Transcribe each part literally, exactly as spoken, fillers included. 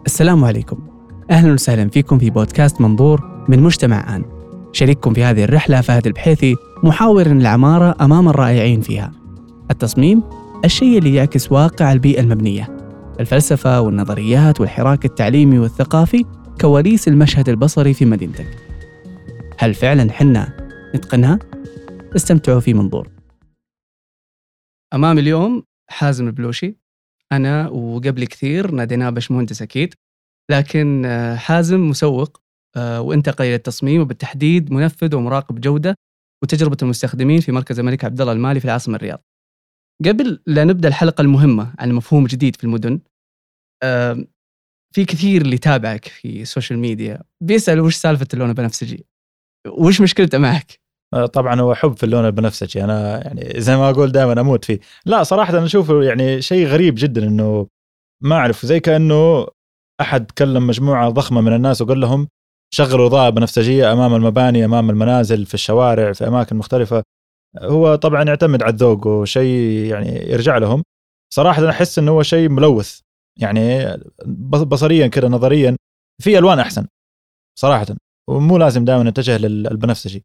السلام عليكم، أهلا وسهلا فيكم في بودكاست منظور من مجتمع آن. شريككم في هذه الرحلة فهد البحيثي، محاور العمارة أمام الرائعين فيها. التصميم الشيء اللي يعكس واقع البيئة المبنية، الفلسفة والنظريات والحراك التعليمي والثقافي كواليس المشهد البصري في مدينتك. هل فعلا حنا نتقنها؟ استمتعوا في منظور. أمام اليوم حازم البلوشي. أنا وقبل كثير ناديناه باشمهندس أكيد، لكن حازم مسوق وانتقل إلى التصميم، وبالتحديد منفذ ومراقب جودة وتجربة المستخدمين في مركز الملك عبد الله المالي في العاصمة الرياض. قبل لا نبدأ الحلقة المهمة عن مفهوم جديد في المدن، في كثير اللي تابعك في السوشيال ميديا بيسأل وش سالفة اللون البنفسجي، وش مشكلته معك؟ طبعا هو حب في اللون البنفسجي، أنا يعني زي ما أقول دائما أموت فيه. لا صراحة أنا أشوفه يعني شيء غريب جدا، إنه ما أعرف، زي كأنه أحد كلم مجموعة ضخمة من الناس وقال لهم شغلوا إضاءة بنفسجية أمام المباني، أمام المنازل، في الشوارع، في أماكن مختلفة. هو طبعا يعتمد على الذوق وشيء يعني يرجع لهم. صراحة أنا أحس إنه هو شيء ملوث، يعني بصريا كده نظريا في ألوان أحسن صراحة، ومو لازم دائما نتجه للبنفسجي.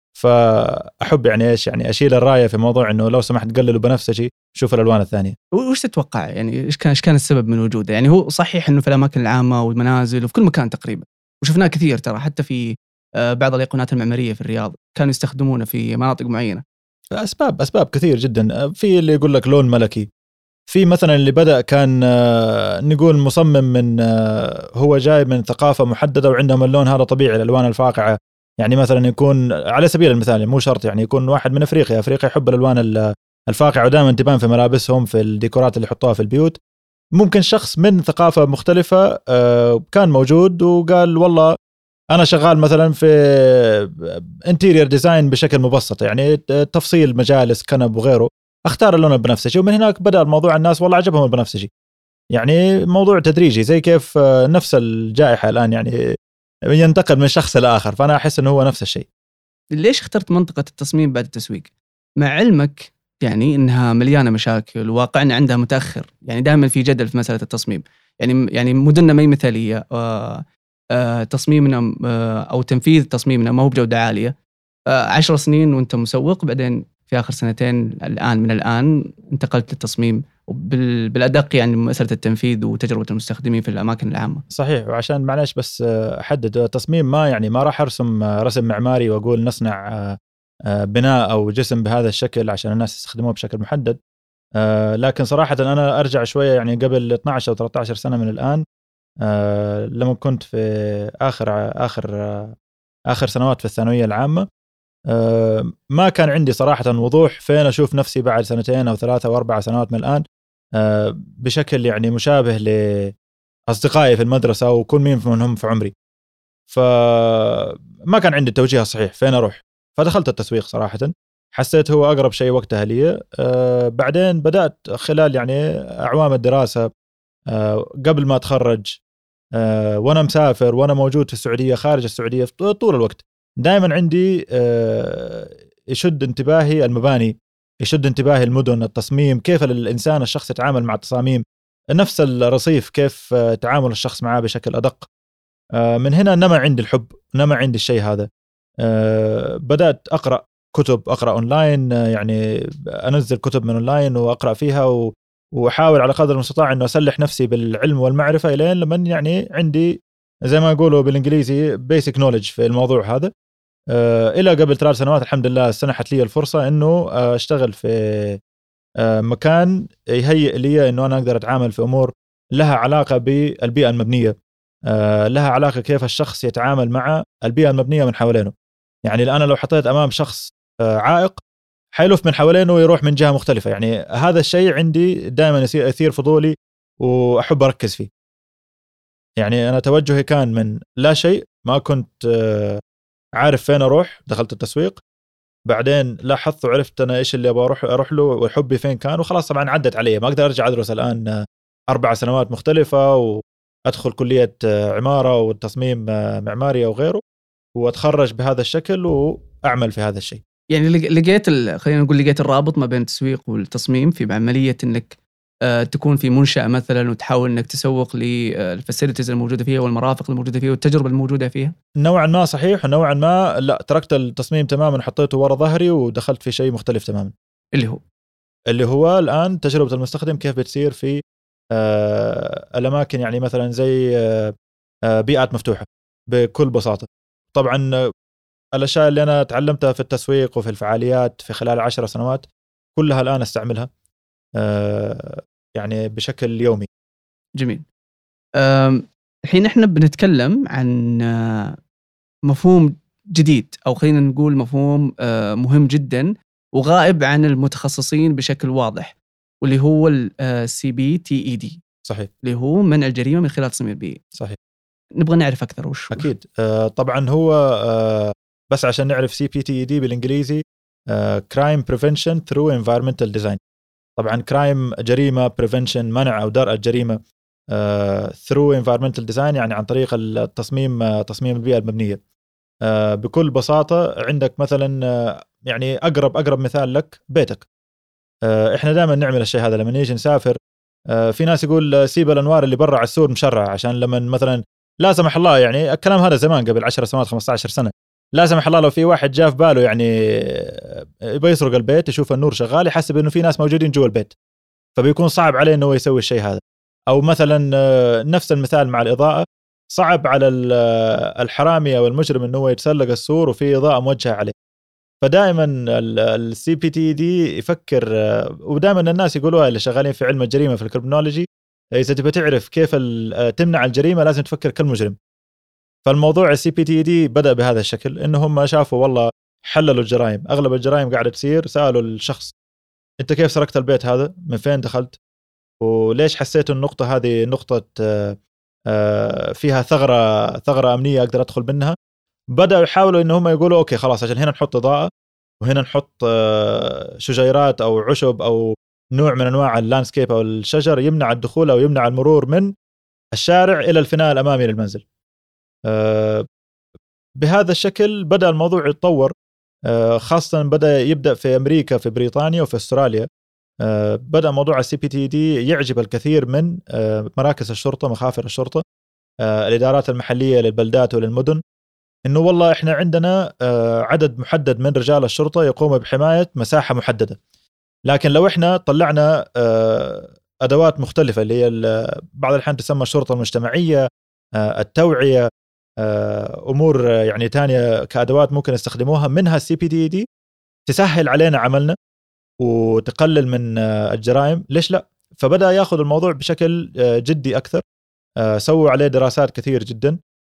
فأحب يعني إيش يعني أشيل الراية في موضوع إنه لو سمحت قللوا بنفسجي، شوف الألوان الثانية. وش تتوقع يعني إيش كان إيش كان السبب من وجوده؟ يعني هو صحيح إنه في الأماكن العامة والمنازل وفي كل مكان تقريبا، وشفناه كثير ترى، حتى في بعض الأيقونات المعمارية في الرياض كانوا يستخدمونه في مناطق معينة. أسباب أسباب كثير جدا. في اللي يقول لك لون ملكي، في مثلا اللي بدأ كان نقول مصمم من هو جاي من ثقافة محددة وعندهم اللون هذا طبيعي، الألوان الفاقعة. يعني مثلا يكون على سبيل المثال، مو شرط يعني يكون واحد من أفريقيا أفريقيا يحب الألوان الفاقعة ودائما تبان في ملابسهم، في الديكورات اللي يحطوها في البيوت. ممكن شخص من ثقافة مختلفة كان موجود وقال والله أنا شغال مثلا في انتيرير ديزاين بشكل مبسط، يعني تفصيل مجالس كنب وغيره، اختار اللون البنفسجي، ومن هناك بدأ الموضوع الناس والله عجبهم البنفسجي. يعني موضوع تدريجي، زي كيف نفس الجائحة الآن يعني ينتقل من شخص لآخر. فأنا أحس أنه هو نفس الشيء. ليش اخترت منطقة التصميم بعد التسويق، مع علمك يعني إنها مليانة مشاكل وواقعنا عندها متأخر؟ يعني دائما في جدل في مسألة التصميم، يعني يعني مدننا ما هي مثالية، آه آه تصميمنا آه أو تنفيذ تصميمنا ما هو بجودة عالية. آه عشر سنين وأنت مسوق، بعدين في آخر سنتين الآن من الآن انتقلت للتصميم، وبالأدق يعني مسألة التنفيذ وتجربة المستخدمين في الأماكن العامة. صحيح. وعشان معلش بس أحدد تصميم، ما يعني ما راح أرسم رسم معماري وأقول نصنع بناء أو جسم بهذا الشكل عشان الناس يستخدموه بشكل محدد. لكن صراحة أنا أرجع شوية، يعني قبل اثناشر أو ثلاثة عشر سنة من الآن، لما كنت في آخر آخر آخر سنوات في الثانوية العامة، ما كان عندي صراحة وضوح فين أشوف نفسي بعد سنتين أو ثلاثة أو أربع سنوات من الآن، بشكل يعني مشابه لأصدقائي في المدرسة وكل مين منهم في عمري. فما كان عندي التوجيه الصحيح فين أروح، فدخلت التسويق صراحة. حسيت هو أقرب شيء وقتها لي. بعدين بدأت خلال يعني أعوام الدراسة، قبل ما أتخرج، وأنا مسافر وأنا موجود في السعودية، خارج السعودية، طول الوقت دائما عندي يشد انتباهي المباني، يشد انتباهي المدن، التصميم، كيف الإنسان الشخص يتعامل مع التصاميم، نفس الرصيف كيف تعامل الشخص معاه بشكل أدق. من هنا نما عندي الحب، نما عندي الشيء هذا. بدأت أقرأ كتب، أقرأ أونلاين، يعني أنزل كتب من أونلاين وأقرأ فيها و وأحاول على قدر المستطاع إنه أسلح نفسي بالعلم والمعرفة إلين لمن يعني عندي زي ما يقولوا بالإنجليزي basic knowledge في الموضوع هذا. أه إلى قبل ثلاث سنوات الحمد لله سنحت لي الفرصة إنه أشتغل في أه مكان يهيئ لي إنه أنا أقدر أتعامل في أمور لها علاقة بالبيئة المبنية، أه لها علاقة كيف الشخص يتعامل مع البيئة المبنية من حوالينه. يعني الآن لو حطيت أمام شخص أه عائق حيلف من حوالينه ويروح من جهة مختلفة. يعني هذا الشيء عندي دائما يثير فضولي وأحب أركز فيه. يعني أنا توجهي كان من لا شيء، ما كنت عارف فين أروح، دخلت التسويق، بعدين لاحظت وعرفت أنا إيش اللي أبغى أروح أروح له وحبي فين كان، وخلاص طبعا عدت علي، ما أقدر أرجع أدرس الآن أربع سنوات مختلفة وأدخل كلية عمارة وتصميم معماري أو غيره وأتخرج بهذا الشكل وأعمل في هذا الشيء. يعني لقيت خلينا نقول لقيت الرابط ما بين التسويق والتصميم في عملية إنك تكون في منشأة مثلا وتحاول انك تسوق للفاسيلتيز الموجودة فيها والمرافق الموجودة فيها والتجربة الموجودة فيها؟ نوعا ما صحيح، ونوعا ما لا، تركت التصميم تماما وحطيته ورا ظهري ودخلت في شيء مختلف تماما. اللي هو اللي هو الآن تجربة المستخدم كيف بتصير في آه الأماكن، يعني مثلا زي آه آه بيئات مفتوحة بكل بساطة. طبعا الأشياء اللي أنا تعلمتها في التسويق وفي الفعاليات في خلال عشر سنوات كلها الآن استعملها آه يعني بشكل يومي. جميل. الحين احنا بنتكلم عن مفهوم جديد، أو خلينا نقول مفهوم مهم جدا وغائب عن المتخصصين بشكل واضح، واللي هو السي بي تي اي دي. صحيح. اللي هو منع الجريمة من خلال التصميم البيئي. صحيح. نبغى نعرف أكثر وش. أكيد. آه طبعا هو آه بس عشان نعرف سي بي تي اي دي بالإنجليزي آه Crime Prevention Through Environmental Design. طبعا كرايم جريمة، بريفنشن منع أو درء الجريمة، uh, through environmental design يعني عن طريق التصميم، تصميم البيئة المبنية. uh, بكل بساطة عندك مثلا uh, يعني أقرب أقرب مثال لك بيتك. uh, إحنا دائما نعمل الشيء هذا لما نيجي نسافر. uh, في ناس يقول سيب الأنوار اللي برا على السور مشرع، عشان لما مثلا لا سمح الله، يعني الكلام هذا زمان قبل عشر سنوات خمسة عشر سنة، لا سمح الله لو في واحد جاء في باله يعني يبغى يسرق البيت، يشوف النور شغال، يحسب انه في ناس موجودين جوا البيت، فبيكون صعب عليه انه يسوي الشيء هذا. او مثلا نفس المثال مع الاضاءه، صعب على الحرامي او المجرم انه يتسلق السور وفي اضاءه موجهه عليه. فدائما السي بي تي دي يفكر، ودائما الناس يقولوها اللي شغالين في علم الجريمه في الكريمنولوجي، اذا تبي تعرف كيف تمنع الجريمه لازم تفكر كالمجرم. فالموضوع السي بي تي دي بدأ بهذا الشكل، إنه هم شافوا والله حللوا الجرائم، أغلب الجرائم قاعدة تصير، سألوا الشخص أنت كيف سرقت البيت هذا؟ من فين دخلت؟ وليش حسيت النقطة هذه نقطة فيها ثغرة ثغرة أمنية أقدر أدخل منها؟ بدأوا يحاولوا إن هم يقولوا أوكي خلاص، عشان هنا نحط إضاءة وهنا نحط شجيرات أو عشب أو نوع من أنواع اللاندسكيب أو الشجر يمنع الدخول أو يمنع المرور من الشارع إلى الفناء الأمامي للمنزل. بهذا الشكل بدأ الموضوع يتطور، خاصة بدأ يبدأ في أمريكا، في بريطانيا وفي أستراليا. بدأ موضوع السي بي تي دي يعجب الكثير من مراكز الشرطة، مخافر الشرطة، الإدارات المحلية للبلدات وللمدن، إنه والله إحنا عندنا عدد محدد من رجال الشرطة يقوم بحماية مساحة محددة، لكن لو إحنا طلعنا أدوات مختلفة اللي هي بعض الأحيان تسمى الشرطة المجتمعية، التوعية، أمور يعني تانية كأدوات ممكن نستخدموها، منها السي بي دي دي تسهل علينا عملنا وتقلل من الجرائم، ليش لا؟ فبدأ يأخذ الموضوع بشكل جدي أكثر. سووا عليه دراسات كثير جدا،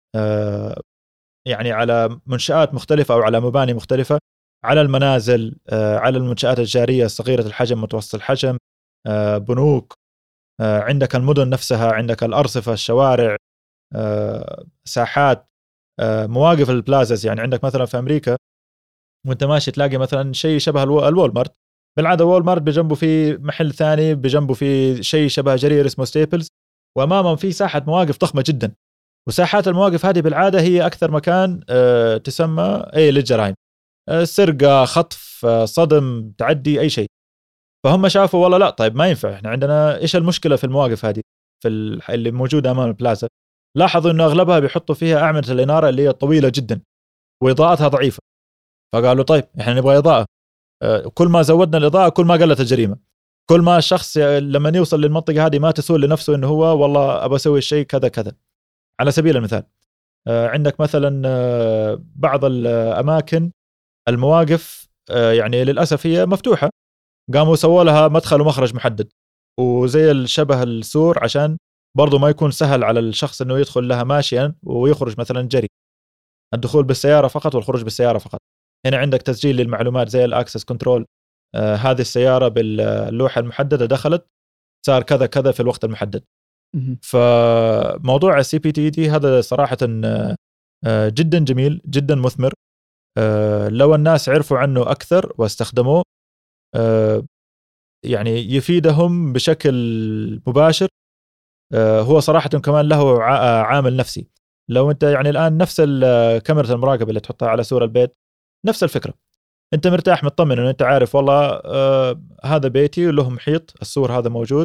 يعني على منشآت مختلفة أو على مباني مختلفة، على المنازل، على المنشآت الجارية صغيرة الحجم متوسط الحجم، بنوك، عندك المدن نفسها، عندك الأرصفة، الشوارع، ساحات، مواقف البلازز. يعني عندك مثلا في أمريكا وانت ماشي تلاقي مثلا شيء شبه الوول مارت، بالعادة وول مارت بجنبه في محل ثاني، بجنبه في شيء شبه جرير اسمه ستيبلز، وأمامهم في ساحة مواقف ضخمة جدا. وساحات المواقف هذه بالعادة هي أكثر مكان تسمى أي للجرائم، سرقة، خطف، صدم، تعدي، أي شيء. فهم شافوا والله لا، طيب ما ينفع، احنا عندنا إيش المشكلة في المواقف هذه في اللي موجودة أمام البلازا؟ لاحظوا إنه أغلبها بيحطوا فيها أعمدة الإنارة اللي هي طويلة جدا وإضاءتها ضعيفة، فقالوا طيب إحنا نبغى إضاءة، كل ما زودنا الإضاءة كل ما قلت الجريمة، كل ما الشخص لما يوصل للمنطقة هذه ما تسول لنفسه إنه هو والله أبى أسوي الشيء كذا كذا. على سبيل المثال عندك مثلا بعض الأماكن المواقف يعني للأسف هي مفتوحة، قاموا سووا لها مدخل ومخرج محدد وزي الشبه السور، عشان برضو ما يكون سهل على الشخص انه يدخل لها ماشيا ويخرج مثلا جري، الدخول بالسيارة فقط والخروج بالسيارة فقط. هنا عندك تسجيل للمعلومات زي الاكسس كنترول، آه هذه السيارة باللوحة المحددة دخلت، صار كذا كذا في الوقت المحدد. فموضوع السي بي تي دي هذا صراحة آه جدا جميل، جدا مثمر. آه لو الناس عرفوا عنه أكثر واستخدموه آه يعني يفيدهم بشكل مباشر. هو صراحة كمان له عامل نفسي. لو أنت يعني الآن نفس الكاميرا المراقبة اللي تحطها على سور البيت، نفس الفكرة، أنت مرتاح مطمن أنه أنت عارف والله آه هذا بيتي وله محيط، السور هذا موجود،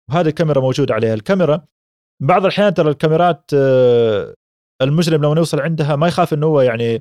وهذه الكاميرا موجود عليها. الكاميرا بعض الأحيان ترى الكاميرات المجرم لما يوصل عندها ما يخاف إنه هو يعني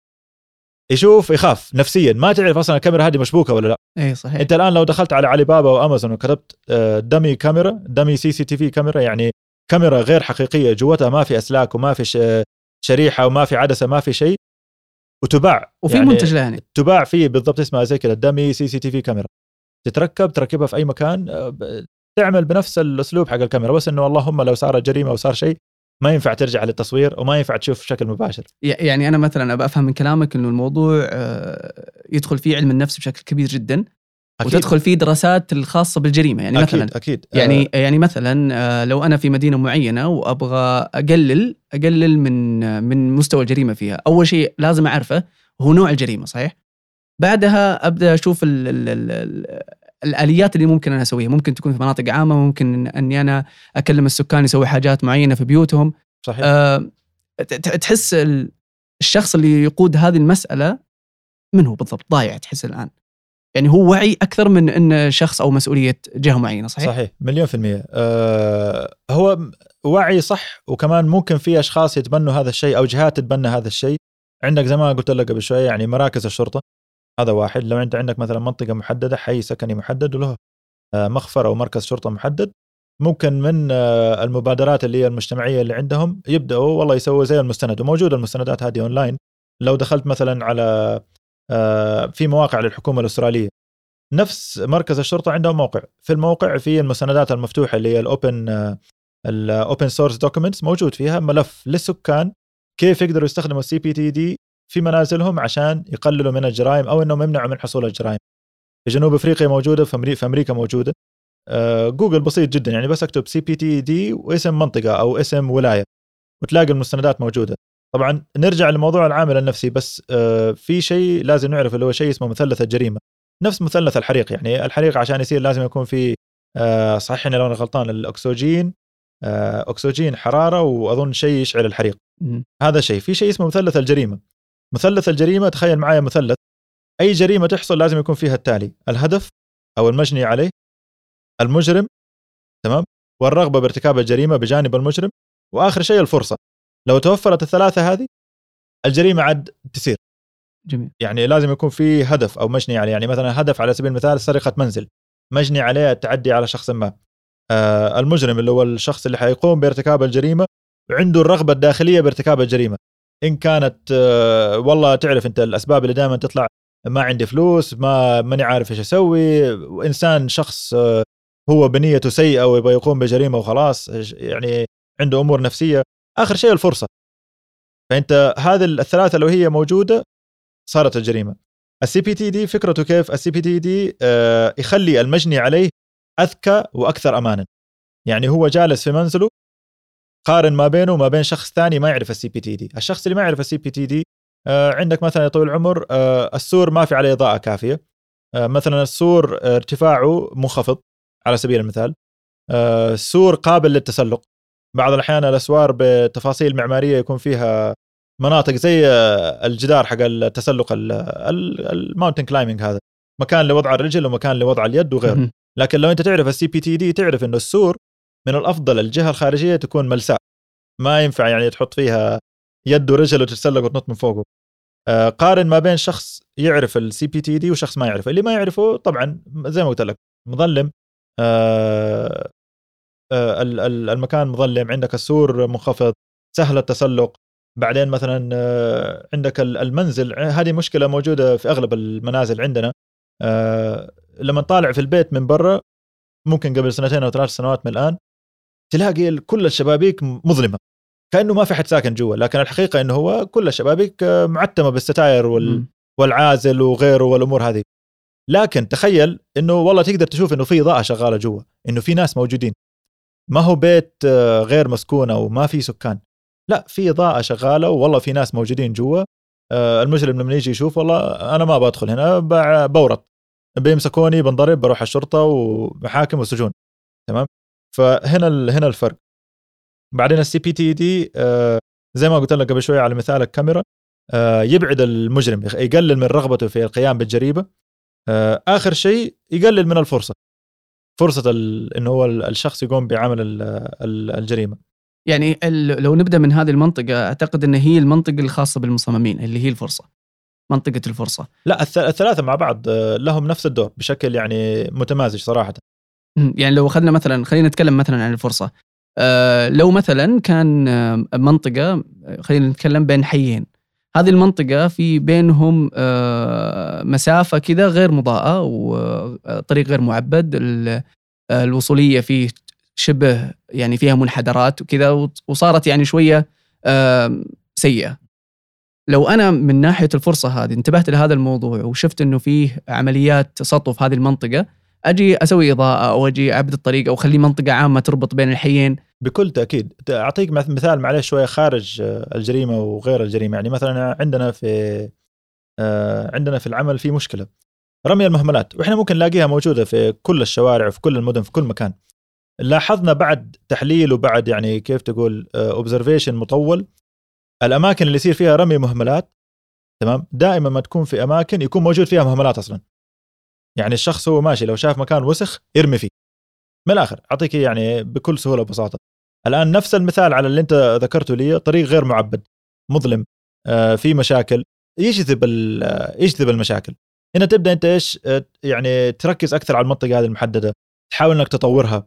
يشوف، يخاف نفسيا، ما تعرف أصلا الكاميرا هذه مشبوكة ولا لا. اي صحيح. انت الان لو دخلت على علي بابا وامازون وكتبت دمي كاميرا، دمي سي سي تي في كاميرا، يعني كاميرا غير حقيقيه جوتها ما في اسلاك وما في شريحه وما في عدسه ما في شيء، وتباع وفي يعني منتج يعني تباع فيه بالضبط اسمها زي كذا دمي سي سي تي في كاميرا، تتركب تركبها في اي مكان، تعمل بنفس الاسلوب حق الكاميرا، بس انه اللهم لو صارت جريمه او صار شيء ما ينفع ترجع للتصوير وما ينفع تشوف بشكل مباشر. يعني انا مثلا ابى افهم من كلامك انه الموضوع يدخل فيه علم النفس بشكل كبير جدا. أكيد. وتدخل فيه دراسات الخاصه بالجريمه، يعني أكيد. مثلا أكيد. يعني آه. يعني مثلا لو انا في مدينه معينه وابغى اقلل اقلل من من مستوى الجريمه فيها، اول شيء لازم اعرفه هو نوع الجريمه، صحيح؟ بعدها ابدا اشوف ال ال ال ال الآليات اللي ممكن أنا أسويها. ممكن تكون في مناطق عامة، ممكن أني أنا أكلم السكان يسوي حاجات معينة في بيوتهم. صحيح. أه تحس الشخص اللي يقود هذه المسألة من هو بالضبط ضايع، تحس الآن يعني هو وعي أكثر من أن شخص أو مسؤولية جهة معينة. صحيح. صحيح مليون في المية. أه هو وعي صح، وكمان ممكن في أشخاص يتبنوا هذا الشيء أو جهات تتبنى هذا الشيء. عندك زي ما قلت لك قبل شوية يعني مراكز الشرطة، هذا واحد. لو انت عندك مثلا منطقه محدده، حي سكني محدد وله مخفر او مركز شرطه محدد، ممكن من المبادرات اللي هي المجتمعيه اللي عندهم يبداوا والله يسووا زي المستند، وموجوده المستندات هذه اونلاين. لو دخلت مثلا على في مواقع للحكومه الاستراليه، نفس مركز الشرطه عندهم موقع، في الموقع في المستندات المفتوحه اللي هي الاوبن الاوبن سورس دوكيومنتس، موجود فيها ملف للسكان كيف يقدروا يستخدموا السي بي تي دي في منازلهم عشان يقللوا من الجرائم او انهم يمنعوا من حصول الجرائم. في جنوب افريقيا موجوده، في امريكا, في أمريكا موجوده. آه جوجل بسيط جدا، يعني بس اكتب سي بي تي دي واسم منطقه او اسم ولايه وتلاقي المستندات موجوده. طبعا نرجع لموضوع العامل النفسي، بس آه في شيء لازم نعرف اللي هو شيء اسمه مثلث الجريمه، نفس مثلث الحريق. يعني الحريق عشان يصير لازم يكون في آه صحيح لو انا غلطان الاكسجين آه اكسجين حراره واظن شيء يشعل الحريق. م. هذا شيء. في شيء اسمه مثلث الجريمه. مثلث الجريمة تخيل معايا مثلث، أي جريمة تحصل لازم يكون فيها التالي: الهدف أو المجني عليه، المجرم، تمام، والرغبة بارتكاب الجريمة بجانب المجرم، وآخر شيء الفرصة. لو توفرت الثلاثة هذه الجريمة عاد تسير. جميل. يعني لازم يكون في هدف أو مجني عليه، يعني مثلا هدف على سبيل المثال سرقة منزل، مجني عليه التعدي على شخص ما. آه المجرم اللي هو الشخص اللي حيقوم بارتكاب الجريمة عنده الرغبة الداخلية بارتكاب الجريمة، إن كانت آه والله تعرف أنت الأسباب اللي دائما تطلع: ما عندي فلوس، ما ماني عارف إيش أسوي، وإنسان شخص آه هو بنيته سيئة ويبغى يقوم بجريمة وخلاص، يعني عنده أمور نفسية. آخر شيء الفرصة. فأنت هذه الثلاثة لو هي موجودة صارت الجريمة. السي بي تي دي فكرته كيف؟ السي بي تي دي آه يخلي المجني عليه أذكى وأكثر أمانا. يعني هو جالس في منزله، قارن ما بينه وما بين شخص ثاني ما يعرف السي بي تي دي. الشخص اللي ما يعرف السي بي تي دي آه عندك مثلا يا طويل العمر آه السور ما في عليه إضاءة كافية، آه مثلا السور آه ارتفاعه منخفض على سبيل المثال، آه السور قابل للتسلق. بعض الأحيان الأسوار بتفاصيل معمارية يكون فيها مناطق زي الجدار حق التسلق الماونتن كلايمينج، هذا مكان لوضع الرجل ومكان لوضع اليد وغيره. لكن لو أنت تعرف السي بي تي دي تعرف إنه السور من الأفضل الجهة الخارجية تكون ملساء، ما ينفع يعني تحط فيها يد ورجل وتتسلق وتنط من فوقه. آه قارن ما بين شخص يعرف السي بي تي دي وشخص ما يعرفه. اللي ما يعرفه طبعا زي ما قلت لك مظلم، آه آه المكان مظلم، عندك السور منخفض سهل التسلق. بعدين مثلا آه عندك المنزل، هذه مشكلة موجودة في أغلب المنازل عندنا. آه لما نطالع في البيت من برا ممكن قبل سنتين أو ثلاث سنوات من الآن تلاقي كل الشبابيك مظلمة كأنه ما في حد ساكن جوا، لكن الحقيقة إنه هو كل الشبابيك معتمة بالستاير وال... والعازل وغيره والأمور هذه. لكن تخيل إنه والله تقدر تشوف إنه في إضاءة شغالة جوا، إنه في ناس موجودين، ما هو بيت غير مسكون أو ما في سكان، لا في إضاءة شغالة والله في ناس موجودين جوا. المجرم لما يجي يشوف والله أنا ما بدخل هنا بورط، بيمسكوني بنضرب بروح الشرطة ومحاكم وسجون. تمام. فهنا هنا الفرق. بعدين السي بي تي دي آه زي ما قلت لك قبل شويه على مثال الكاميرا، آه يبعد المجرم، يقلل من رغبته في القيام بالجريمه، آه اخر شيء يقلل من الفرصه. فرصه انه هو الشخص يقوم بعمل الجريمه. يعني لو نبدا من هذه المنطقه، اعتقد ان هي المنطقه الخاصه بالمصممين اللي هي الفرصه، منطقه الفرصه. لا الثلاثه مع بعض لهم نفس الدور بشكل يعني متمازج صراحه. يعني لو اخذنا مثلا، خلينا نتكلم مثلا عن الفرصه. أه لو مثلا كان منطقه، خلينا نتكلم بين حيين، هذه المنطقه في بينهم أه مسافه كذا غير مضاءه وطريق غير معبد، الوصوليه فيه شبه يعني فيها منحدرات وكذا، وصارت يعني شويه أه سيئه. لو أنا من ناحية الفرصة هذه انتبهت لهذا الموضوع وشفت أنه فيه عمليات سطو في هذه المنطقة، أجي أسوي إضاءة أو أجي أعبد الطريق أو خلي منطقة عامة تربط بين الحيين. بكل تأكيد. أعطيك مثال معلش شوية خارج الجريمة وغير الجريمة. يعني مثلا عندنا في عندنا في العمل في مشكلة رمي المهملات، وإحنا ممكن نلاقيها موجودة في كل الشوارع وفي كل المدن في كل مكان. لاحظنا بعد تحليل وبعد يعني كيف تقول observation مطول، الأماكن اللي يصير فيها رمي مهملات تمام دائما ما تكون في أماكن يكون موجود فيها مهملات أصلا. يعني الشخص هو ماشي لو شاف مكان وسخ يرمي فيه من الآخر. أعطيك يعني بكل سهولة وبساطة. الآن نفس المثال على اللي أنت ذكرته لي، طريق غير معبد مظلم آه في مشاكل، يجذب يجذب المشاكل. هنا تبدأ أنت إيش يعني تركز أكثر على المنطقة هذه المحددة، تحاول أنك تطورها،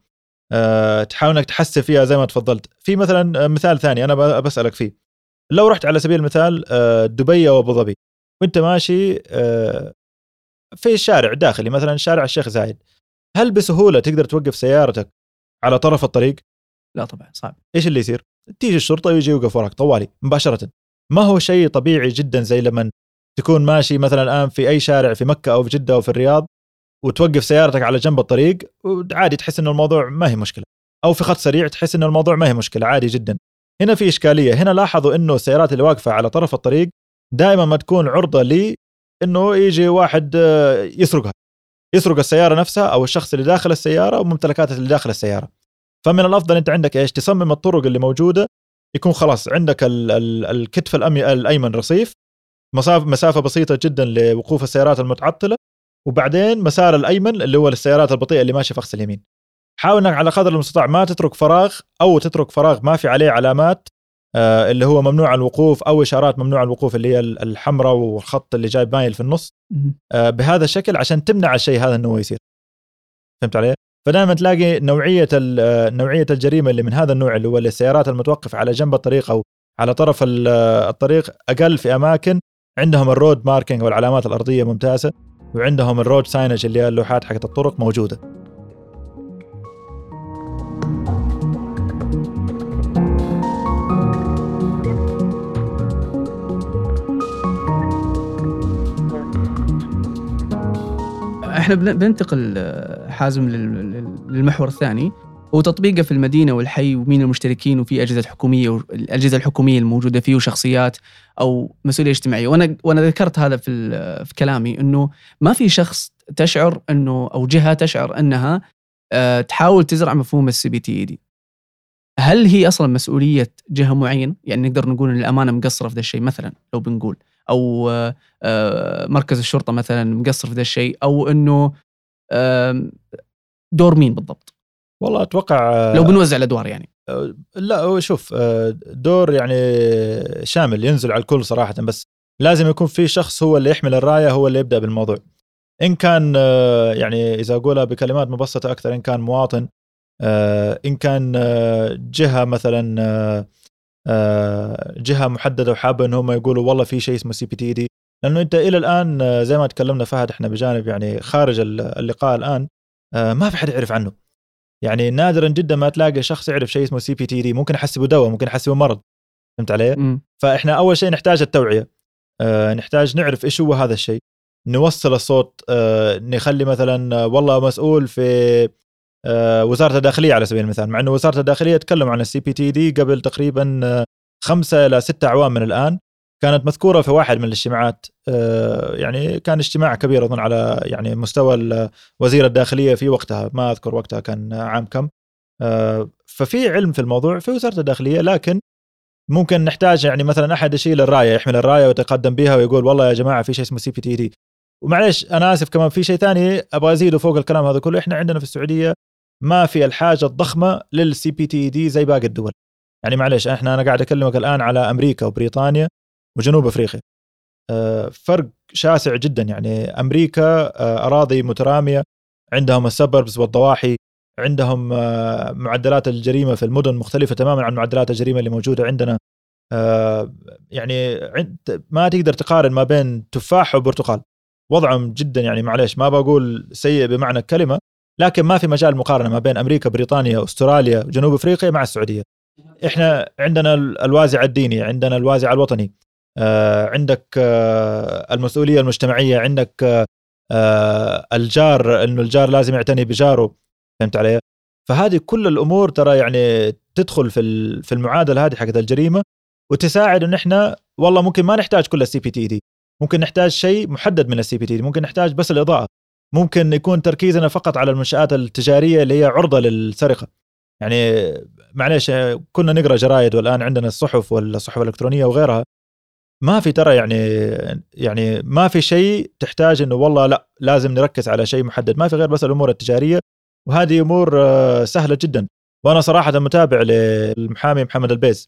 أه تحاول أنك تحسن فيها زي ما تفضلت. في مثلا مثال ثاني أنا بسألك فيه، لو رحت على سبيل المثال أه دبي أو أبو ظبي وأنت ماشي أه في الشارع داخلي مثلا شارع الشيخ زايد، هل بسهولة تقدر توقف سيارتك على طرف الطريق؟ لا طبعا صعب. إيش اللي يصير؟ تيجي الشرطة ويجي يوقف وراك طوالي مباشرة. ما هو شيء طبيعي جدا زي لما تكون ماشي مثلا الآن في أي شارع في مكة أو في جدة أو في الرياض وتوقف سيارتك على جنب الطريق وعادي تحس إنه الموضوع ما هي مشكلة، أو في خط سريع تحس إنه الموضوع ما هي مشكلة عادي جدا. هنا في إشكالية. هنا لاحظوا إنه السيارات اللي واقفة على طرف الطريق دائما ما تكون عرضة لي إنه يجي واحد يسرقها، يسرق السيارة نفسها أو الشخص اللي داخل السيارة وممتلكاته اللي داخل السيارة. فمن الأفضل أنت عندك إيش تصمم الطرق اللي موجودة يكون خلاص عندك ال ال الكتف الأيمن رصيف، مسافة مسافة بسيطة جدا لوقوف السيارات المتعطلة، وبعدين مسار الأيمن اللي هو للسيارات البطيئة اللي ماشية في أقصى اليمين. حاول أنك على قدر المستطاع ما تترك فراغ أو تترك فراغ ما في عليه علامات آه اللي هو ممنوع الوقوف أو إشارات ممنوع الوقوف اللي هي الحمراء والخط اللي جاي مايل في النص آه بهذا الشكل عشان تمنع الشيء هذا أنه يصير. فهمت عليه؟ فدائما تلاقي نوعية نوعية الجريمة اللي من هذا النوع اللي هو السيارات المتوقفة على جنب الطريق أو على طرف الطريق أقل في أماكن عندهم الرود ماركينج والعلامات الأرضية ممتازة، وعندهم الرود ساينج اللي هي اللوحات حقت الطرق موجودة. احنا بننتقل حازم للمحور الثاني، هو تطبيقه في المدينة والحي ومين المشتركين وفي أجهزة حكومية والأجهزة الحكومية الموجودة فيه وشخصيات أو مسؤولية اجتماعية. وأنا وأنا ذكرت هذا في في كلامي إنه ما في شخص تشعر إنه أو جهة تشعر أنها أه تحاول تزرع مفهوم السي بي تي دي. هل هي أصلا مسؤولية جهة معينة؟ يعني نقدر نقول إن الأمانة مقصرة في ذا الشيء مثلا لو بنقول، أو أه مركز الشرطة مثلا مقصر في ذا الشيء، أو إنه أه دور مين بالضبط؟ والله أتوقع لو بنوزع الأدوار يعني. لا شوف دور يعني شامل ينزل على الكل صراحة، بس لازم يكون في شخص هو اللي يحمل الراية، هو اللي يبدأ بالموضوع. إن كان يعني إذا أقولها بكلمات مبسطة أكثر، إن كان مواطن، إن كان جهة مثلا جهة محددة وحابة إن هم يقولوا والله في شيء اسمه سي بي تي دي. لأنه أنت إلى الآن زي ما تكلمنا فهد إحنا بجانب يعني خارج اللقاء الآن ما في حد يعرف عنه. يعني نادرا جدا ما تلاقي شخص يعرف شيء اسمه سي بي تي دي. ممكن يحسبه دواء، ممكن يحسبه مرض. فهمت علي؟ م. فإحنا أول شيء نحتاج التوعية، أه نحتاج نعرف إيش هو هذا الشيء، نوصل الصوت، أه نخلي مثلا والله مسؤول في أه وزارة الداخلية على سبيل المثال، مع أنه وزارة الداخلية تكلم عن السي بي تي دي قبل تقريبا خمسة إلى ستة أعوام من الآن. كانت مذكورة في واحد من الاجتماعات، أه يعني كان اجتماع كبير أظن على يعني مستوى وزير الداخلية في وقتها، ما أذكر وقتها كان عام كم. أه ففي علم في الموضوع في وزارة الداخلية، لكن ممكن نحتاج يعني مثلا أحد يشيل الراية، يحمل الراية ويتقدم بها ويقول والله يا جماعة في شيء اسمه سي بي تي دي. ومعليش انا اسف كمان في شيء ثاني ابغى ازيده فوق الكلام هذا كله. احنا عندنا في السعوديه ما في الحاجه الضخمه للسي بي تي دي زي باقي الدول. يعني معليش احنا انا قاعد اكلمك الان على امريكا وبريطانيا وجنوب افريقيا، أه فرق شاسع جدا. يعني امريكا أه اراضي متراميه، عندهم السبربز والضواحي، عندهم أه معدلات الجريمه في المدن مختلفه تماما عن معدلات الجريمه اللي موجوده عندنا. أه يعني ما تقدر تقارن ما بين تفاح وبرتقال، وضعهم جدا يعني معليش ما بقول سيء بمعنى الكلمه، لكن ما في مجال مقارنه ما بين امريكا، بريطانيا، استراليا، جنوب افريقيا مع السعوديه. احنا عندنا الوازع الديني، عندنا الوازع الوطني، آه عندك آه المسؤوليه المجتمعيه، عندك آه الجار، انه الجار لازم يعتني بجاره، فهمت علي؟ فهذه كل الامور ترى يعني تدخل في في المعادله هذه حقت الجريمه، وتساعد ان احنا والله ممكن ما نحتاج كل السي بي تي دي، ممكن نحتاج شيء محدد من السي بي تي دي، ممكن نحتاج بس الاضاءه، ممكن يكون تركيزنا فقط على المنشآت التجاريه اللي هي عرضه للسرقه. يعني معليش كنا نقرا جرايد والان عندنا الصحف والصحف الالكترونيه وغيرها، ما في ترى يعني يعني ما في شيء تحتاج انه والله لا لازم نركز على شيء محدد، ما في غير بس الامور التجاريه، وهذه امور سهله جدا. وانا صراحه متابع للمحامي محمد البيز،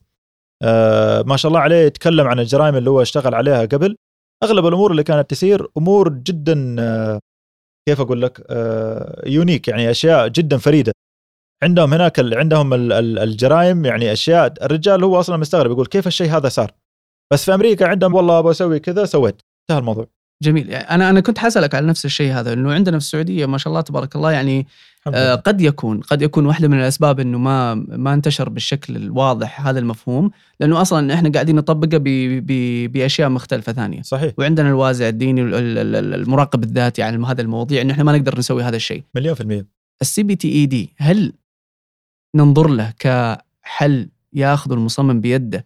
ما شاء الله عليه، يتكلم عن الجرائم اللي هو اشتغل عليها قبل. اغلب الامور اللي كانت تسير امور جدا كيف اقول لك يونيك، يعني اشياء جدا فريده. عندهم هناك عندهم الجرائم يعني اشياء الرجال هو اصلا مستغرب يقول كيف الشيء هذا صار، بس في امريكا عندهم والله ابغى اسوي كذا سويت، انتهى الموضوع. جميل. انا انا كنت حاسلك على نفس الشيء هذا، انه عندنا في السعوديه ما شاء الله تبارك الله يعني آه قد يكون قد يكون واحده من الاسباب انه ما ما انتشر بالشكل الواضح هذا المفهوم، لانه اصلا احنا قاعدين نطبقه باشياء مختلفه ثانيه. صحيح. وعندنا الوازع الديني المراقب الذاتي عن هذا المواضيع، انه احنا ما نقدر نسوي هذا الشيء. مليون في المية. السي بي تي اي دي هل ننظر له كحل ياخذ المصمم بيده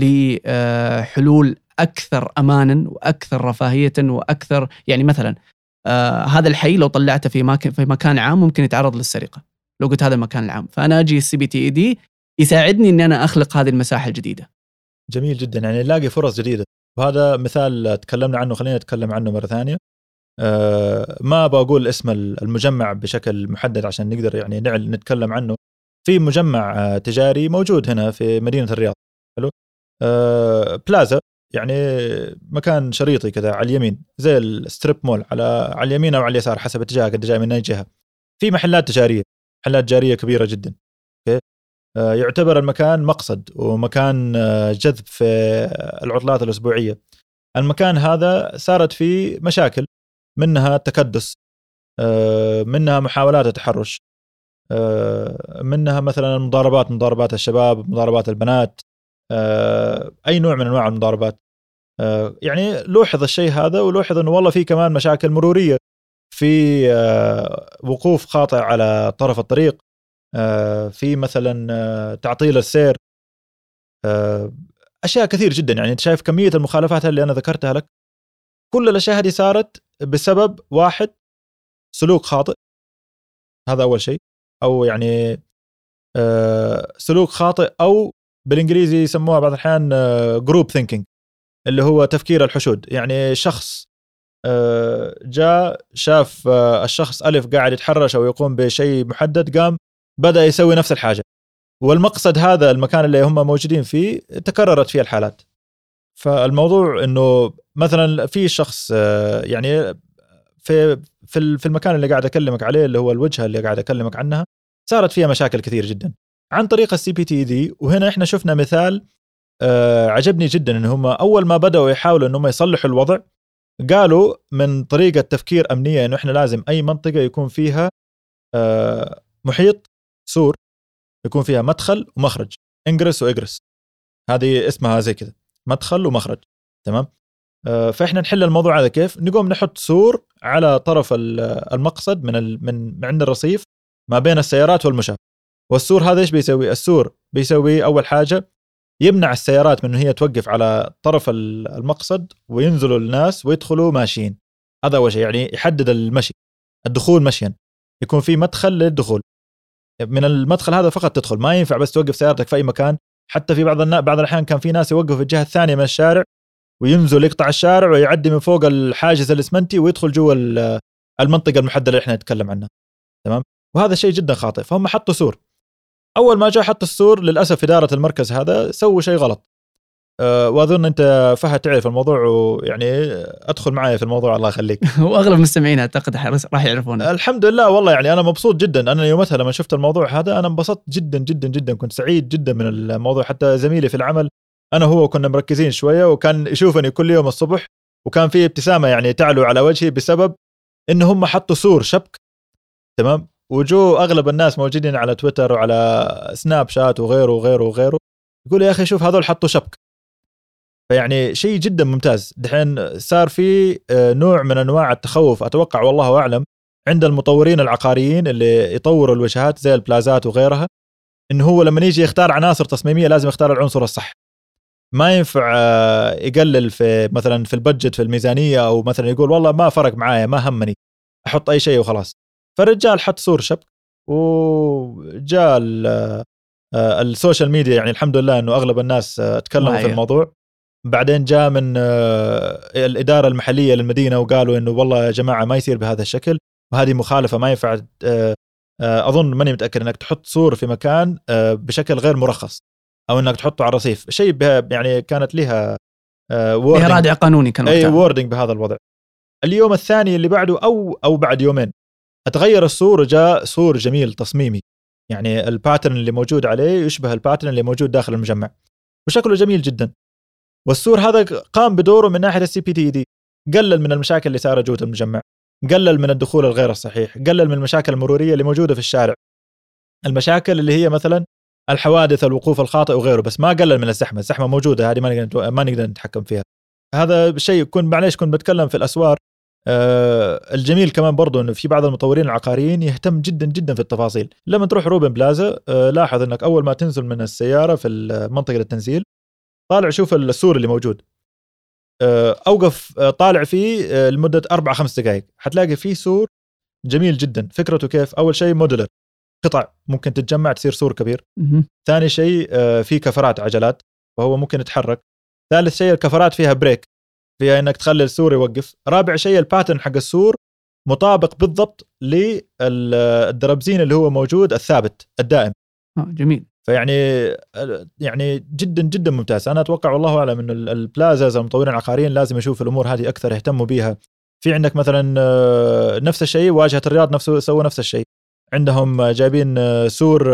لحلول أكثر أمانا وأكثر رفاهية وأكثر، يعني مثلا آه هذا الحي لو طلعته في مكان في مكان عام ممكن يتعرض للسرقة، لو قلت هذا المكان العام، فأنا أجي السي بي تي إي دي يساعدني إن أنا أخلق هذه المساحة الجديدة. جميل جدا، يعني نلاقي فرص جديدة، وهذا مثال تكلمنا عنه، خلينا نتكلم عنه مرة ثانية. آه ما بقول اسم المجمع بشكل محدد عشان نقدر يعني نعل نتكلم عنه. في مجمع آه تجاري موجود هنا في مدينة الرياض، حلو، آه بلازا، يعني مكان شريطي كذا على اليمين زي الستريب مول، على على اليمين او على اليسار حسب اتجاهك انت جاي من اي جهه. في محلات تجاريه، محلات تجاريه كبيره جدا. اوكي، آه يعتبر المكان مقصد ومكان آه جذب في العطلات الاسبوعيه. المكان هذا صارت فيه مشاكل، منها تكدس، آه منها محاولات التحرش، آه منها مثلا المضاربات، مضاربات الشباب، مضاربات البنات، آه اي نوع من انواع المضاربات. آه يعني لوحظ الشيء هذا، ولوحظ انه والله في كمان مشاكل مروريه، في آه وقوف خاطئ على طرف الطريق، آه في مثلا آه تعطيل السير، آه اشياء كثير جدا. يعني انت شايف كميه المخالفات اللي انا ذكرتها لك، كل الاشياء هذه صارت بسبب واحد، سلوك خاطئ. هذا اول شيء، او يعني آه سلوك خاطئ، او بالانجليزي يسموها بعض الاحيان جروب ثينكينج، اللي هو تفكير الحشود. يعني شخص جاء شاف الشخص ألف قاعد يتحرش أو يقوم بشيء محدد، قام بدأ يسوي نفس الحاجة، والمقصد هذا المكان اللي هم موجودين فيه تكررت فيه الحالات. فالموضوع إنه مثلا في شخص يعني في في المكان اللي قاعد أكلمك عليه، اللي هو الوجهة اللي قاعد أكلمك عنها، صارت فيها مشاكل كثير جدا عن طريق السي بي تي دي. وهنا إحنا شفنا مثال آه عجبني جدا، إن هم أول ما بدأوا يحاولوا إنهم يصلحوا الوضع، قالوا من طريقة تفكير أمنية إنه إحنا لازم أي منطقة يكون فيها آه محيط سور، يكون فيها مدخل ومخرج، انجرس وإجرس، هذه اسمها زي كذا، مدخل ومخرج، تمام. آه فإحنا نحل الموضوع هذا كيف؟ نقوم نحط سور على طرف المقصد من من عند الرصيف ما بين السيارات والمشاة. والسور هذا إيش بيسوي؟ السور بيسوي أول حاجة يمنع السيارات من هي توقف على طرف المقصد وينزلوا الناس ويدخلوا ماشيين. هذا أول شيء، يعني يحدد المشي، الدخول مشيا، يكون في مدخل للدخول، من المدخل هذا فقط تدخل، ما ينفع بس توقف سيارتك في أي مكان. حتى في بعض الناس بعض الأحيان كان في ناس يوقفوا في الجهة الثانية من الشارع وينزل يقطع الشارع ويعدي من فوق الحاجز الاسمنتي ويدخل جوا المنطقه المحدده اللي احنا نتكلم عنها. تمام. وهذا شيء جدا خاطئ. فهم حطوا سور. اول ما جاء حط السور للاسف اداره المركز هذا سووا شيء غلط. أه واظن انت فهد تعرف الموضوع ويعني ادخل معي في الموضوع الله يخليك. واغلب مستمعين اعتقد راح يعرفونه. الحمد لله والله يعني انا مبسوط جدا. انا يومتها لما شفت الموضوع هذا انا انبسطت جدا جدا جدا. كنت سعيد جدا من الموضوع. حتى زميلي في العمل انا هو كنا مركزين شويه وكان يشوفني كل يوم الصبح وكان في ابتسامه يعني تعلو على وجهي بسبب ان هم حطوا سور شبك. تمام. وجو اغلب الناس موجودين على تويتر وعلى سناب شات وغيره وغيره وغيره يقول يا اخي شوف هذول حطوا شبك. فيعني شيء جدا ممتاز. دحين صار في نوع من انواع التخوف اتوقع والله اعلم عند المطورين العقاريين اللي يطوروا الوجهات زي البلازات وغيرها، انه هو لما يجي يختار عناصر تصميميه لازم يختار العنصر الصح. ما ينفع يقلل في مثلا في البادجت في الميزانيه او مثلا يقول والله ما فرق معايا ما همني احط اي شيء وخلاص. فالرجال حط سور شبك وجاء السوشيال ميديا يعني الحمد لله انه اغلب الناس تكلموا في الموضوع. بعدين جاء من الاداره المحليه للمدينه وقالوا انه والله يا جماعه ما يصير بهذا الشكل وهذه مخالفه ما ينفع. اظن ماني متاكد انك تحط سور في مكان بشكل غير مرخص او انك تحطه على الرصيف. شيء يعني كانت لها لها رادع قانوني كان اي ووردنج بهذا الوضع. اليوم الثاني اللي بعده او او بعد يومين اتغير السور وجاء سور جميل تصميمي يعني الباترن اللي موجود عليه يشبه الباترن اللي موجود داخل المجمع وشكله جميل جدا. والسور هذا قام بدوره من ناحيه السي بي تي دي. قلل من المشاكل اللي صارت جوه المجمع، قلل من الدخول الغير الصحيح، قلل من المشاكل المروريه اللي موجوده في الشارع، المشاكل اللي هي مثلا الحوادث الوقوف الخاطئ وغيره. بس ما قلل من الزحمه. الزحمه موجوده هذه ما نقدر ما نقدر نتحكم فيها. هذا شيء يكون معليش كنت بتكلم في الاسوار. آه الجميل كمان برضو انه في بعض المطورين العقاريين يهتم جدا جدا في التفاصيل. لما تروح روبن بلازا آه لاحظ انك اول ما تنزل من السياره في منطقه التنزيل طالع شوف السور اللي موجود. آه اوقف آه طالع فيه آه لمده أربع خمس دقائق حتلاقي فيه سور جميل جدا. فكرته كيف؟ اول شيء موديلر، قطع ممكن تتجمع تصير سور كبير. ثاني شيء آه فيه كفرات عجلات فهو ممكن يتحرك. ثالث شيء الكفرات فيها بريك فيها انك تخلي السور يوقف. رابع شيء الباترن حق السور مطابق بالضبط للدربزين اللي هو موجود الثابت الدائم. اه جميل. فيعني يعني جدا جدا ممتاز. انا اتوقع والله اعلم ان البلازاز المطورين العقاريين لازم يشوفوا الامور هذه اكثر يهتموا بيها. في عندك مثلا نفس الشيء واجهة الرياض نفسه سووا نفس الشيء. عندهم جايبين سور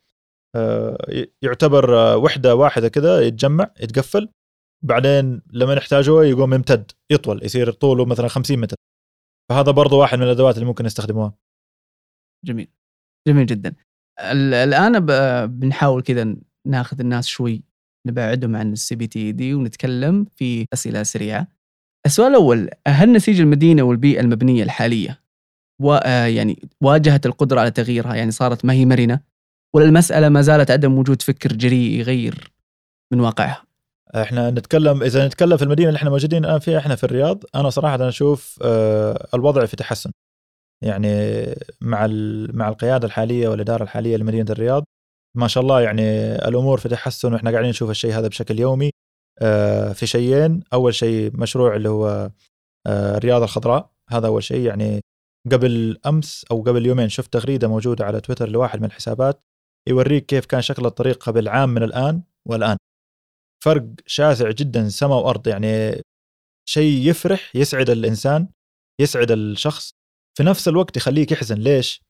يعتبر وحدة واحدة كذا يتجمع يتقفل بعدين لما نحتاجه يقوم يمتد يطول يصير طوله مثلا خمسين متر. فهذا برضو واحد من الأدوات اللي ممكن نستخدموها. جميل جميل جدا. الآن بنحاول كذا ناخذ الناس شوي نبعدهم عن السي بي تي دي ونتكلم في أسئلة سريعة. السؤال الأول، هل نسيج المدينة والبيئة المبنية الحالية ويعني واجهت القدرة على تغييرها يعني صارت ما هي مرنة ولا المسألة ما زالت عدم وجود فكر جريء يغير من واقعها؟ احنا نتكلم اذا نتكلم في المدينه اللي احنا موجودين الان فيها احنا في الرياض. انا صراحه انا اشوف اه الوضع في تحسن يعني مع مع القياده الحاليه والاداره الحاليه لمدينه الرياض ما شاء الله. يعني الامور في تحسن واحنا قاعدين نشوف الشيء هذا بشكل يومي. اه في شيئين، اول شيء مشروع اللي هو اه الرياضه الخضراء. هذا اول شيء. يعني قبل امس او قبل يومين شفت تغريده موجوده على تويتر لواحد من الحسابات يوريك كيف كان شكل الطريق قبل عام من الان والان. فرق شاسع جدا سماء وأرض. يعني شيء يفرح يسعد الإنسان يسعد الشخص في نفس الوقت يخليك يحزن. ليش؟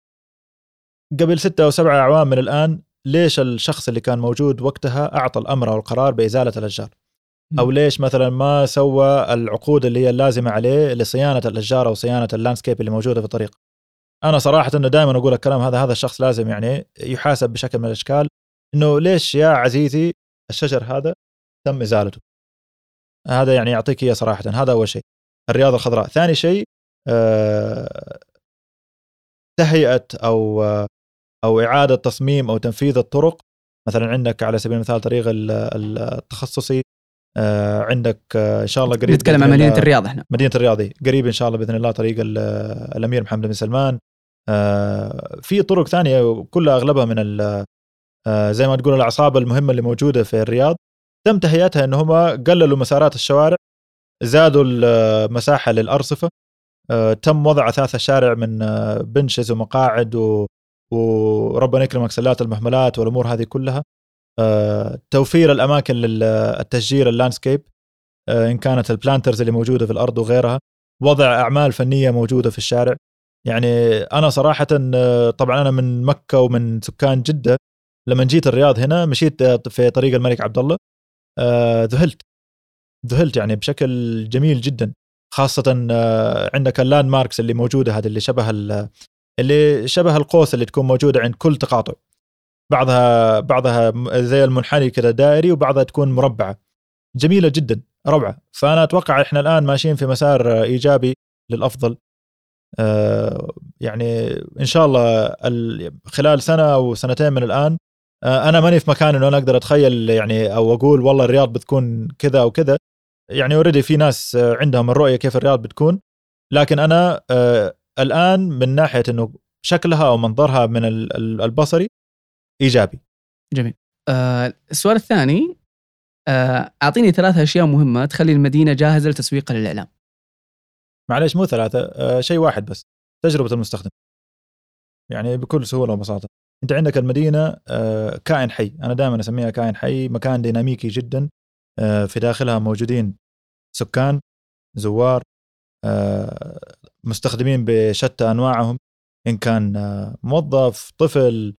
قبل ستة أو سبعة أعوام من الآن ليش الشخص اللي كان موجود وقتها أعطى الأمر أو القرار بإزالة الأشجار؟ أو ليش مثلا ما سوى العقود اللي هي اللازمة عليه لصيانة الأشجار أو صيانة اللاندسكيب اللي موجودة في الطريق؟ أنا صراحة أنه دائما أقول الكلام هذا هذا الشخص لازم يعني يحاسب بشكل من الأشكال. إنه ليش يا عزيزي الشجر هذا تم إزالته؟ هذا يعني يعطيك إياه صراحة. هذا أول شيء الرياضة الخضراء. ثاني شيء أه تهيئة أو أه أو إعادة تصميم أو تنفيذ الطرق. مثلا عندك على سبيل المثال طريق التخصصي أه عندك أه إن شاء الله قريب نتكلم عن مدينة الرياض. إحنا مدينة الرياض قريب إن شاء الله بإذن الله طريق الأمير محمد بن سلمان. أه في طرق ثانية كلها أغلبها من أه زي ما تقول الأعصاب المهمة اللي موجودة في الرياض تم تهيئتها ان هم قللوا مسارات الشوارع، زادوا المساحه للارصفه، تم وضع اثاث الشارع من بنشز ومقاعد و... وربنا يكرمك سلات المهملات والامور هذه كلها، توفير الاماكن للتشجير اللاندسكيب ان كانت البلانترز اللي موجوده في الارض وغيرها، وضع اعمال فنيه موجوده في الشارع. يعني انا صراحه طبعا انا من مكه ومن سكان جده، لما جيت الرياض هنا مشيت في طريق الملك عبد الله، ذهلت ذهلت يعني بشكل جميل جدا، خاصه عندك اللاند ماركس اللي موجوده هذه اللي شبه اللي شبه القوس اللي تكون موجوده عند كل تقاطع، بعضها بعضها زي المنحني كده دائري وبعضها تكون مربعه، جميله جدا روعه. فانا اتوقع احنا الان ماشيين في مسار ايجابي للافضل. آه يعني ان شاء الله خلال سنه او سنتين من الان، آه انا ماني في مكان انه انا اقدر اتخيل يعني او اقول والله الرياض بتكون كذا او كذا، يعني اوريدي في ناس عندهم الرؤيه كيف الرياض بتكون، لكن انا آه الان من ناحيه انه شكلها او منظرها من البصري ايجابي. جميل. آه السؤال الثاني، آه اعطيني ثلاثة اشياء مهمه تخلي المدينه جاهزه لتسويقها للاعلام. معليش مو ثلاثه، آه شيء واحد بس، تجربه المستخدم. يعني بكل سهوله وبساطه انت عندك المدينه آه كائن حي، انا دائما اسميها كائن حي، مكان ديناميكي جدا، آه في داخلها موجودين سكان، زوار، آه مستخدمين بشتى انواعهم، ان كان آه موظف، طفل،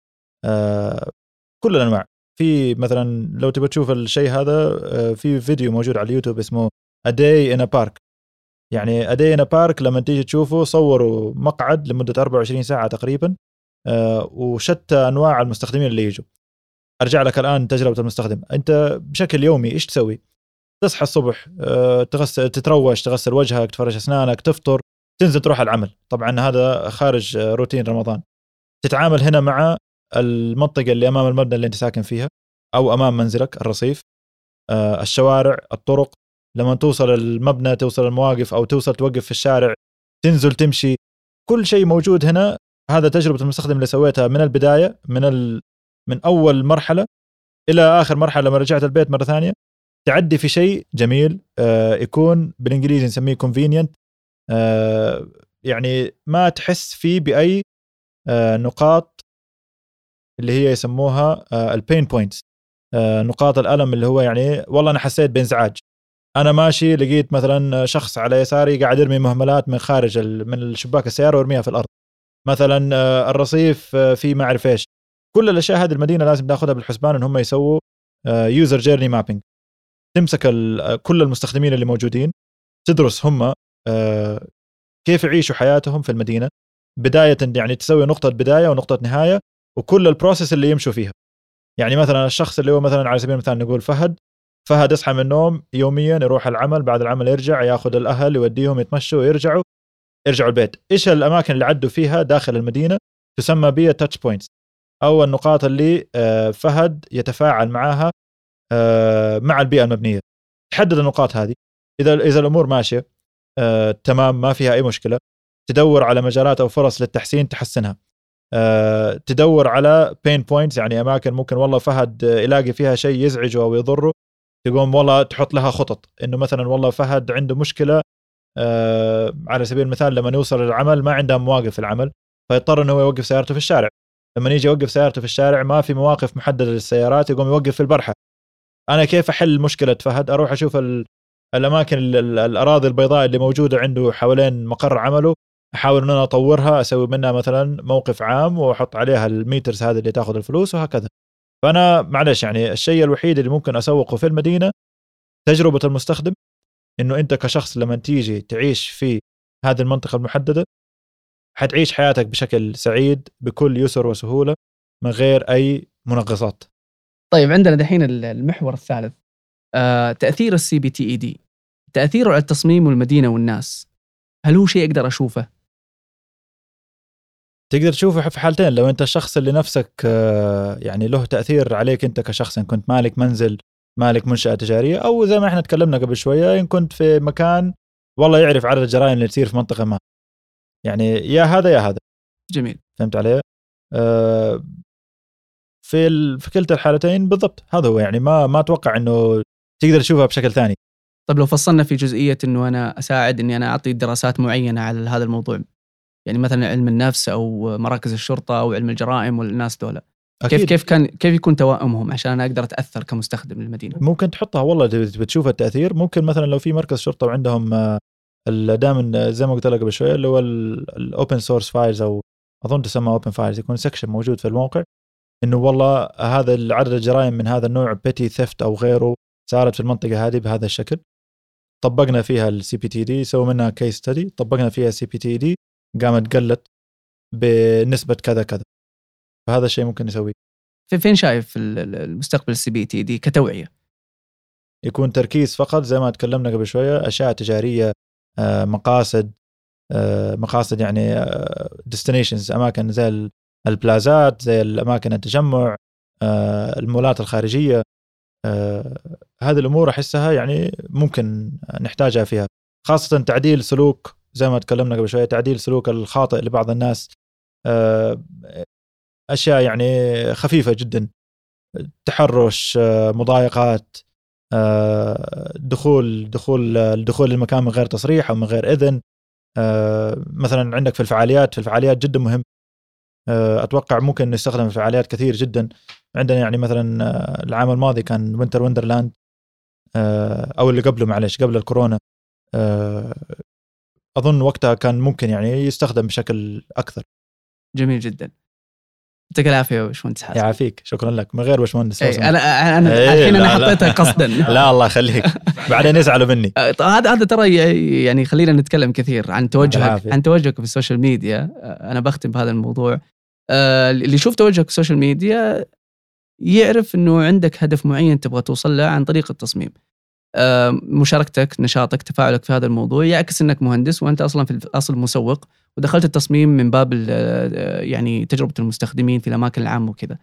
آه كل الانواع. في مثلا لو تبغى تشوف الشيء هذا، آه في فيديو موجود على اليوتيوب اسمه A Day in a Park. يعني A Day in a Park لما تيجي تشوفه صوروا مقعد لمدة أربعة وعشرين ساعة تقريبا، آه وشتى أنواع المستخدمين اللي يجوا. أرجع لك الآن تجربة المستخدم، أنت بشكل يومي إيش تسوي؟ تصحى الصبح، آه تغسل، تتروش، تغسل وجهك، تفرش أسنانك، تفطر، تنزل تروح العمل. طبعا هذا خارج روتين رمضان. تتعامل هنا مع المنطقة اللي أمام المبنى اللي أنت ساكن فيها أو أمام منزلك، الرصيف، آه الشوارع، الطرق، لما توصل المبنى، توصل المواقف أو توصل توقف في الشارع، تنزل تمشي، كل شيء موجود هنا. هذا تجربة المستخدم اللي سويتها من البداية، من ال... من أول مرحلة إلى آخر مرحلة لما رجعت البيت مرة ثانية، تعدي في شيء جميل، آه يكون بالإنجليزي نسميه convenient، آه يعني ما تحس فيه بأي آه نقاط اللي هي يسموها آه البين بوينتس، آه نقاط الألم، اللي هو يعني والله أنا حسيت بانزعاج، أنا ماشي لقيت مثلا شخص على يساري قاعد يرمي مهملات من خارج من الشباك السيارة ويرميها في الأرض، مثلا آه الرصيف آه في ما أعرف إيش. كل الأشياء هذه المدينة لازم تأخذها بالحسبان إن هم يسووا يوزر جيرني مابينج، تمسك كل المستخدمين اللي موجودين، تدرس هم آه كيف يعيشوا حياتهم في المدينة بداية، يعني تسوي نقطة بداية ونقطة نهاية وكل البروسيس اللي يمشوا فيها. يعني مثلا الشخص اللي هو مثلا على سبيل المثال نقول فهد فهد يصحى من النوم يوميا، يروح العمل، بعد العمل يرجع ياخذ الأهل يوديهم يتمشوا ويرجعوا يرجعوا البيت. إيش الأماكن اللي عدوا فيها داخل المدينة؟ تسمى بيا تاتش بوينتس، أو النقاط اللي آه فهد يتفاعل معها آه مع البيئة المبنية. تحدد النقاط هذه، إذا إذا الأمور ماشية آه تمام ما فيها أي مشكلة، تدور على مجالات أو فرص للتحسين تحسنها. أه تدور على بين بوينتس، يعني أماكن ممكن والله فهد يلاقي فيها شيء يزعجه أو يضره، تقوم والله تحط لها خطط، إنه مثلا والله فهد عنده مشكلة أه على سبيل المثال لما يوصل العمل ما عنده مواقف في العمل، فيضطر إنه يوقف سيارته في الشارع. لما يجي يوقف سيارته في الشارع ما في مواقف محددة للسيارات، يقوم يوقف في البرحة. أنا كيف أحل مشكلة فهد؟ أروح أشوف الأماكن الأراضي البيضاء اللي موجودة عنده حوالين مقر عمله، احاول ان انا اطورها، اسوي منها مثلا موقف عام واحط عليها الميترز هذه اللي تاخذ الفلوس وهكذا. فانا معلش يعني الشيء الوحيد اللي ممكن اسوقه في المدينه تجربه المستخدم، انه انت كشخص لما تيجي تعيش في هذه المنطقه المحدده حتعيش حياتك بشكل سعيد بكل يسر وسهوله من غير اي منغصات. طيب عندنا دحين المحور الثالث، آه، تاثير السي بي تي اي دي، تاثيره على التصميم والمدينه والناس. هل هو شيء اقدر اشوفه؟ تقدر تشوفه في حالتين. لو انت الشخص اللي نفسك يعني له تأثير عليك انت كشخص، ان كنت مالك منزل، مالك منشأة تجارية، او زي ما احنا تكلمنا قبل شوية ان كنت في مكان والله يعرف عدد الجرائم اللي تصير في منطقة ما، يعني يا هذا يا هذا. جميل، فهمت علي؟ آه في في كلتا الحالتين بالضبط هذا هو. يعني ما ما اتوقع انه تقدر تشوفها بشكل ثاني. طب لو فصلنا في جزئية إنه أنا أساعد إني أنا أعطي دراسات معينة على هذا الموضوع، يعني مثلا علم النفس أو مراكز الشرطة أو علم الجرائم والناس دولة، كيف كيف كان كيف يكون توائمهم عشان أنا أقدر أتأثر كمستخدم للمدينة؟ ممكن تحطها والله بتشوف التأثير. ممكن مثلا لو في مركز شرطة وعندهم دائما زي ما قلت لك قبل شوية اللي هو الأوبن سورس فايلز أو أظن تسمى أوبن فايلز، يكون سكشن موجود في الموقع إنه والله هذا العدد الجرائم من هذا النوع بيتي ثيفت أو غيره صارت في المنطقة هذه بهذا الشكل، طبقنا فيها السي بي تي دي، سووا منها كيس ستدي، طبقنا فيها السي بي تي دي، قامت قلت بنسبة كذا كذا. فهذا الشيء ممكن نسويه. في فين شايف المستقبل السي بي تي دي كتوعية؟ يكون تركيز فقط زي ما تكلمنا قبل شوية أشياء تجارية، مقاصد مقاصد يعني ديستنيشنز، أماكن زي البلازات، زي الأماكن التجمع، المولات الخارجية. هذه الأمور أحسها يعني ممكن نحتاجها فيها، خاصة تعديل سلوك زي ما تكلمنا قبل شوية، تعديل سلوك الخاطئ لبعض الناس، أشياء يعني خفيفة جدا، تحرش، مضايقات، دخول دخول الدخول للمكان من غير تصريح أو من غير إذن. مثلا عندك في الفعاليات في الفعاليات جدا مهم، أتوقع ممكن نستخدم في فعاليات كثير جدا. عندنا يعني مثلا العام الماضي كان وينتر وندرلاند، أو اللي قبله معلش قبل الكورونا، أظن وقتها كان ممكن يعني يستخدم بشكل أكثر. جميل جدا، يعطيك العافية يا باشمهندس حازم. يعافيك، شكرا لك. من غير باشمهندس أنا أنا الحين أنا حطيتها قصدا. لا الله يخليك، بعدين يزعلوا مني. هذا هذا ترى يعني خلينا نتكلم كثير عن توجهك عن توجهك في السوشيال ميديا. أنا بختم بهذا الموضوع. اللي يشوف توجهك في السوشيال ميديا يعرف إنه عندك هدف معين تبغى توصل له عن طريق التصميم. مشاركتك، نشاطك، تفاعلك في هذا الموضوع يعكس انك مهندس وانت اصلا في الاصل مسوق، ودخلت التصميم من باب يعني تجربه المستخدمين في الاماكن العامه وكذا.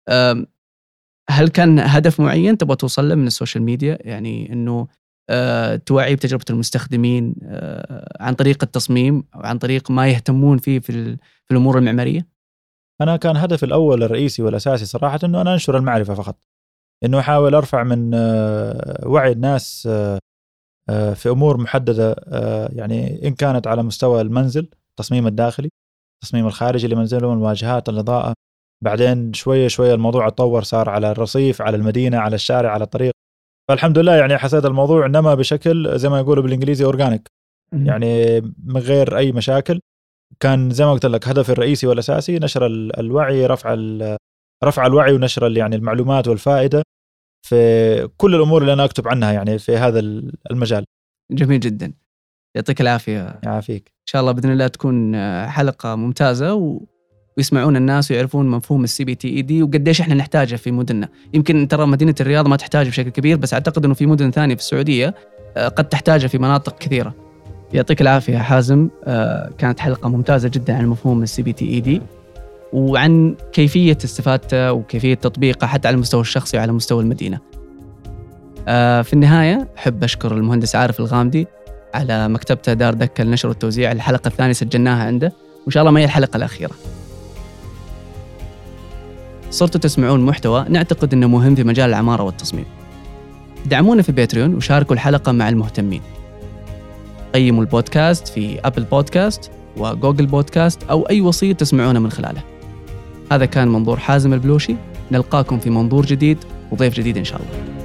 هل كان هدف معين تبغى توصل له من السوشيال ميديا، يعني انه توعي بتجربه المستخدمين عن طريق التصميم او عن طريق ما يهتمون فيه في في الامور المعماريه؟ انا كان هدفي الاول الرئيسي والاساسي صراحه انه انا انشر المعرفه فقط، إنه أحاول أرفع من وعي الناس في أمور محددة، يعني إن كانت على مستوى المنزل، التصميم الداخلي، التصميم الخارجي لمنزلهم، الواجهات، الإضاءة. بعدين شوية شوية الموضوع اتطور، صار على الرصيف، على المدينة، على الشارع، على الطريق. فالحمد لله يعني حسيت الموضوع نما بشكل زي ما يقولوا بالإنجليزي أورجانيك، يعني من غير أي مشاكل. كان زي ما قلت لك هدفي الرئيسي والأساسي نشر الوعي، رفع رفع الوعي ونشر يعني المعلومات والفائدة في كل الأمور اللي أنا أكتب عنها يعني في هذا المجال. جميل جدا، يعطيك العافية. يعافيك. إن شاء الله بإذن الله تكون حلقة ممتازة و... ويسمعون الناس ويعرفون مفهوم السي بي تي اي دي وقديش إحنا نحتاجه في مدننا. يمكن ترى مدينة الرياض ما تحتاجه بشكل كبير، بس أعتقد إنه في مدن ثانية في السعودية قد تحتاجه في مناطق كثيرة. يعطيك العافية يا حازم، كانت حلقة ممتازة جدا عن مفهوم السي بي تي اي دي وعن كيفية استفادته وكيفية تطبيقه حتى على المستوى الشخصي وعلى مستوى المدينة. في النهاية أحب أشكر المهندس عارف الغامدي على مكتبته دار دكة للنشر والتوزيع. الحلقة الثانية سجلناها عنده وإن شاء الله ما هي الحلقة الأخيرة. صرتوا تسمعون محتوى نعتقد أنه مهم في مجال العمارة والتصميم. دعمونا في باتريون وشاركوا الحلقة مع المهتمين. قيموا البودكاست في أبل بودكاست وجوجل بودكاست أو أي وسيط تسمعونه من خلاله. هذا كان منظور حازم البلوشي، نلقاكم في منظور جديد وضيف جديد إن شاء الله.